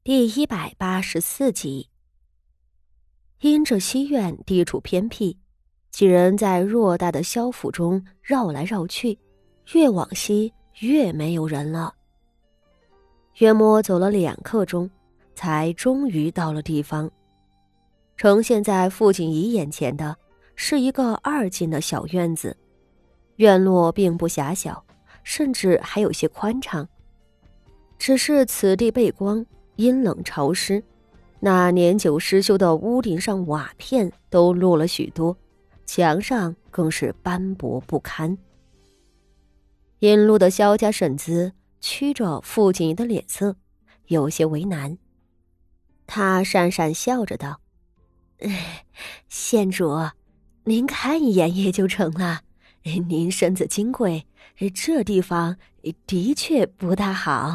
第184集。因这西院地处偏僻，几人在偌大的萧府中绕来绕去，越往西越没有人了。约摸走了2刻钟，才终于到了地方。呈现在傅锦仪眼前的是一个2进的小院子，院落并不狭小，甚至还有些宽敞。只是此地背光，阴冷潮湿，那年久失修的屋顶上瓦片都落了许多，墙上更是斑驳不堪。引路的萧家婶子屈着傅锦仪的脸色，有些为难。他讪讪笑着道：“县主，您看一眼也就成了。您身子金贵，这地方的确不大好。”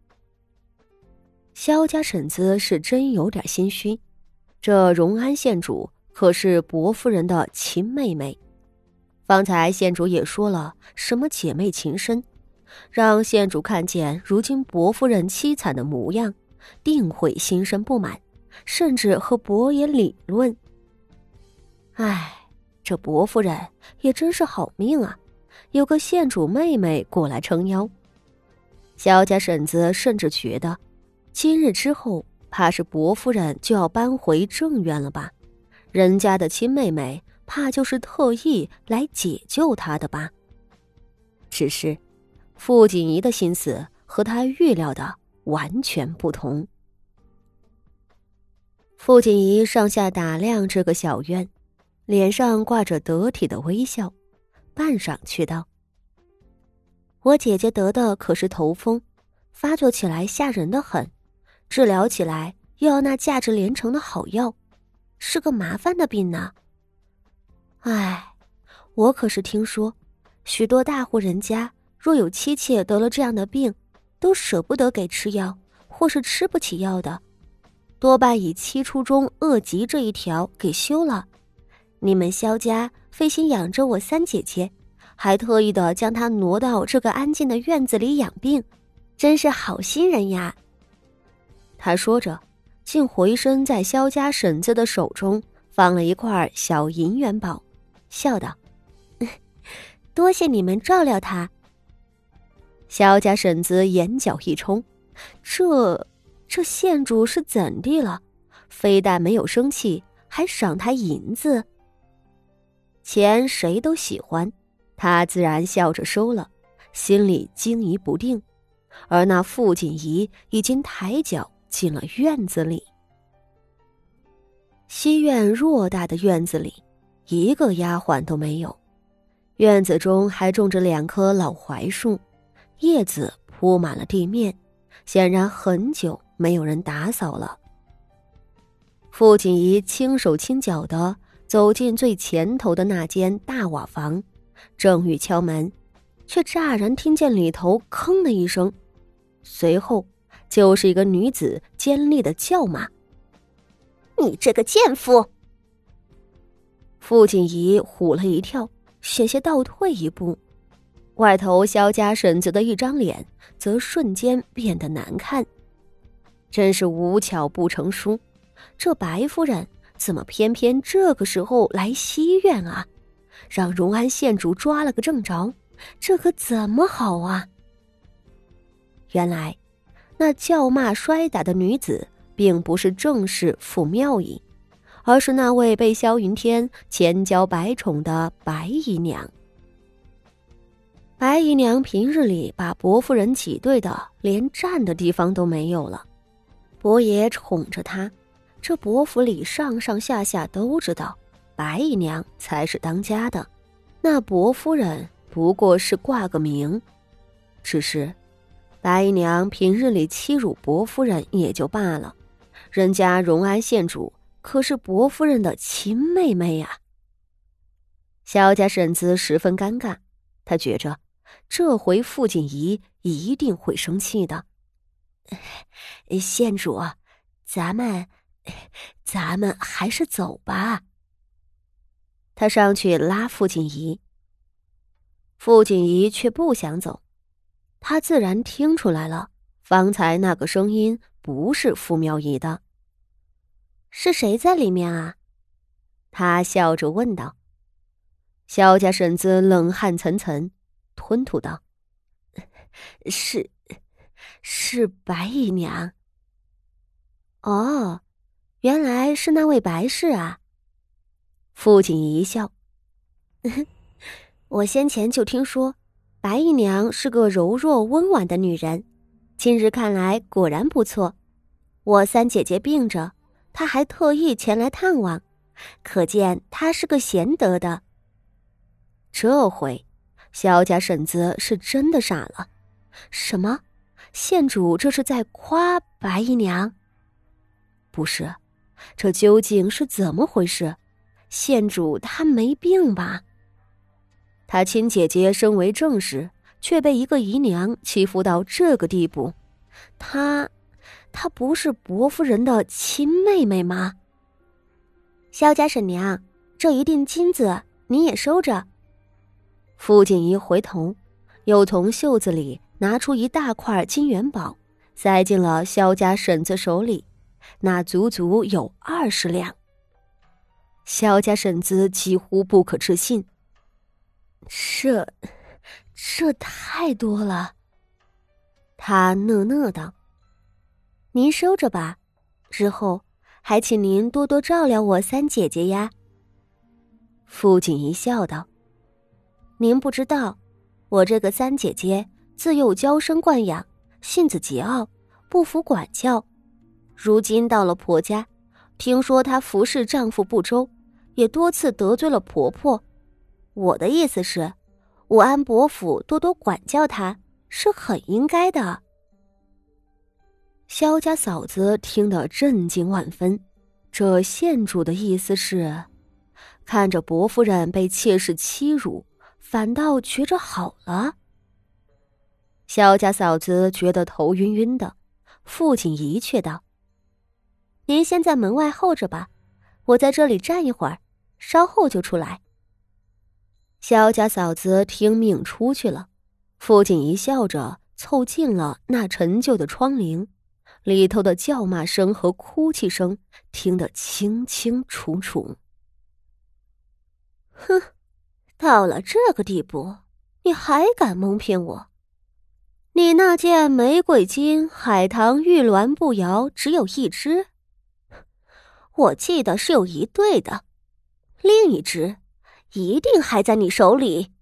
萧家婶子是真有点心虚，这荣安县主可是伯夫人的亲妹妹，方才县主也说了什么姐妹情深，让县主看见如今伯夫人凄惨的模样，定会心生不满，甚至和伯爷理论。唉，这伯夫人也真是好命啊，有个县主妹妹过来撑腰。萧家婶子甚至觉得今日之后，怕是伯夫人就要搬回正院了吧？人家的亲妹妹，怕就是特意来解救她的吧？只是，傅锦仪的心思和她预料的完全不同。傅锦仪上下打量这个小院，脸上挂着得体的微笑，半晌却道：“我姐姐得的可是头风，发作起来吓人的很。治疗起来又要那价值连城的好药，是个麻烦的病呢。唉，我可是听说，许多大户人家若有妻妾得了这样的病，都舍不得给吃药，或是吃不起药的，多半以七出中恶疾这一条给休了。你们萧家费心养着我3姐姐，还特意的将她挪到这个安静的院子里养病，真是好心人呀。”他说着，竟回身在萧家婶子的手中放了一块小银元宝，笑道：“多谢你们照料他。”萧家婶子眼角一冲，这县主是怎地了？非但没有生气，还赏他银子。钱谁都喜欢，他自然笑着收了，心里惊疑不定。而那傅锦仪已经抬脚进了院子里。西院偌大的院子里，一个丫鬟都没有。院子中还种着2棵老槐树，叶子铺满了地面，显然很久没有人打扫了。傅锦仪轻手轻脚地走进最前头的那间大瓦房，正欲敲门，却乍然听见里头吭的一声，随后就是一个女子尖利的叫骂：“你这个贱妇！”傅锦仪唬了一跳，险些倒退一步。外头萧家婶子的一张脸则瞬间变得难看。真是无巧不成书，这白夫人怎么偏偏这个时候来西院啊？让荣安县主抓了个正着，这可怎么好啊？原来那叫骂摔打的女子并不是正室傅妙仪，而是那位被萧云天千娇百宠的白姨娘。白姨娘平日里把伯夫人挤兑的连站的地方都没有了，伯爷宠着她，这伯府里上上下下都知道白姨娘才是当家的，那伯夫人不过是挂个名。只是白姨娘平日里欺辱伯夫人也就罢了，人家荣安县主可是伯夫人的亲妹妹呀。萧家婶子十分尴尬，她觉着这回傅锦仪一定会生气的。县主，咱们还是走吧。他上去拉傅锦仪，傅锦仪却不想走。他自然听出来了，方才那个声音不是傅苗仪的。是谁在里面啊？他笑着问道。萧家婶子冷汗涔涔，吞吐道：“是白姨娘。”哦，原来是那位白氏啊。傅锦仪一笑：“我先前就听说，白姨娘是个柔弱温婉的女人，今日看来果然不错。我三姐姐病着，她还特意前来探望，可见她是个贤德的。”这回，萧家婶子是真的傻了。什么？县主这是在夸白姨娘？不是，这究竟是怎么回事？县主她没病吧？她亲姐姐身为正室，却被一个姨娘欺负到这个地步，她不是伯夫人的亲妹妹吗？萧家婶娘，这一锭金子你也收着。傅锦仪回头，又从袖子里拿出一大块金元宝，塞进了萧家婶子手里，那足足有20两。萧家婶子几乎不可置信，这太多了。他讷讷道：“您收着吧，日后还请您多多照料我三姐姐呀。”傅锦仪笑道：“您不知道，我这个三姐姐自幼娇生惯养，性子桀骜，不服管教。如今到了婆家，听说她服侍丈夫不周，也多次得罪了婆婆。我的意思是，武安伯府多多管教她，是很应该的。”萧家嫂子听得震惊万分，这县主的意思是，看着伯夫人被妾室欺辱，反倒觉着好了。萧家嫂子觉得头晕晕的，傅锦仪却道：“您先在门外候着吧，我在这里站一会儿，稍后就出来。”萧家嫂子听命出去了，傅锦仪笑着凑近了那陈旧的窗棂，里头的叫骂声和哭泣声听得清清楚楚。哼，到了这个地步，你还敢蒙骗我？你那件玫瑰金海棠玉鸾步摇只有1只，我记得是有1对的，另1只一定还在你手里。